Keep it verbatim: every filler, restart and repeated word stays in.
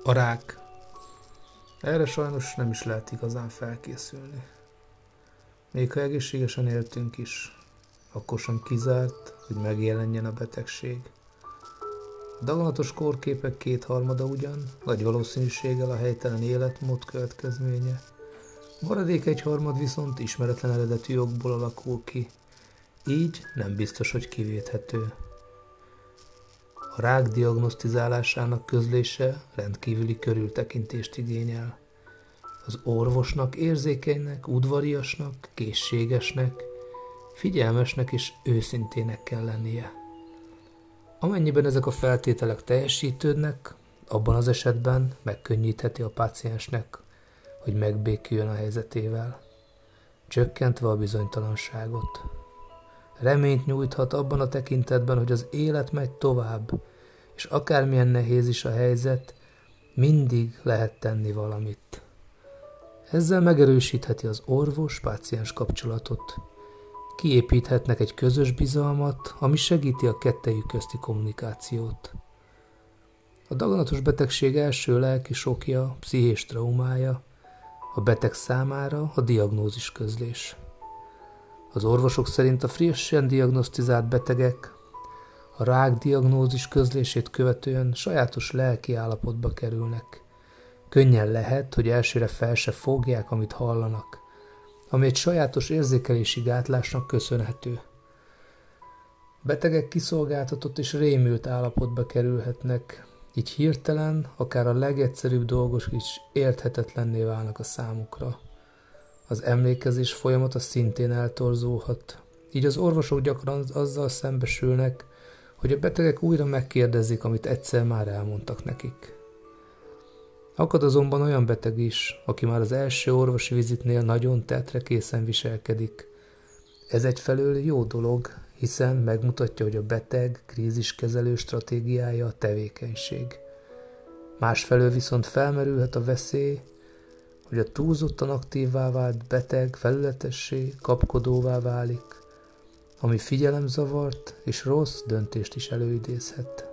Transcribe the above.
A rák. Erre sajnos nem is lehet igazán felkészülni. Még ha egészségesen éltünk is, akkor sem kizárt, hogy megjelenjen a betegség. A daganatos kórképek kétharmada ugyan, nagy valószínűséggel a helytelen életmód következménye, maradék egyharmad viszont ismeretlen eredetű okból alakul ki, így nem biztos, hogy kivéthető. A rák diagnosztizálásának közlése rendkívüli körültekintést igényel. Az orvosnak érzékenynek, udvariasnak, készségesnek, figyelmesnek és őszintének kell lennie. Amennyiben ezek a feltételek teljesítődnek, abban az esetben megkönnyítheti a páciensnek, hogy megbéküljön a helyzetével, csökkentve a bizonytalanságot. Reményt nyújthat abban a tekintetben, hogy az élet megy tovább, és akármilyen nehéz is a helyzet, mindig lehet tenni valamit. Ezzel megerősítheti az orvos-páciens kapcsolatot. Kiépíthetnek egy közös bizalmat, ami segíti a kettejük közti kommunikációt. A daganatos betegség első lelki sokja, pszichés traumája, a beteg számára a diagnózis közlés. Az orvosok szerint a frissen diagnosztizált betegek a rák diagnózis közlését követően sajátos lelki állapotba kerülnek. Könnyen lehet, hogy elsőre fel se fogják, amit hallanak, ami egy sajátos érzékelési gátlásnak köszönhető. Betegek kiszolgáltatott és rémült állapotba kerülhetnek, így hirtelen, akár a legegyszerűbb dolgok is érthetetlenné válnak a számukra. Az emlékezés folyamata szintén eltorzulhat, így az orvosok gyakran azzal szembesülnek, hogy a betegek újra megkérdezik, amit egyszer már elmondtak nekik. Akad azonban olyan beteg is, aki már az első orvosi vizitnél nagyon tetrekészen viselkedik. Ez egyfelől jó dolog, hiszen megmutatja, hogy a beteg kríziskezelő stratégiája a tevékenység. Másfelől viszont felmerülhet a veszély, hogy a túlzottan aktívvá vált beteg felületessé, kapkodóvá válik, ami figyelemzavart és rossz döntést is előidézhet.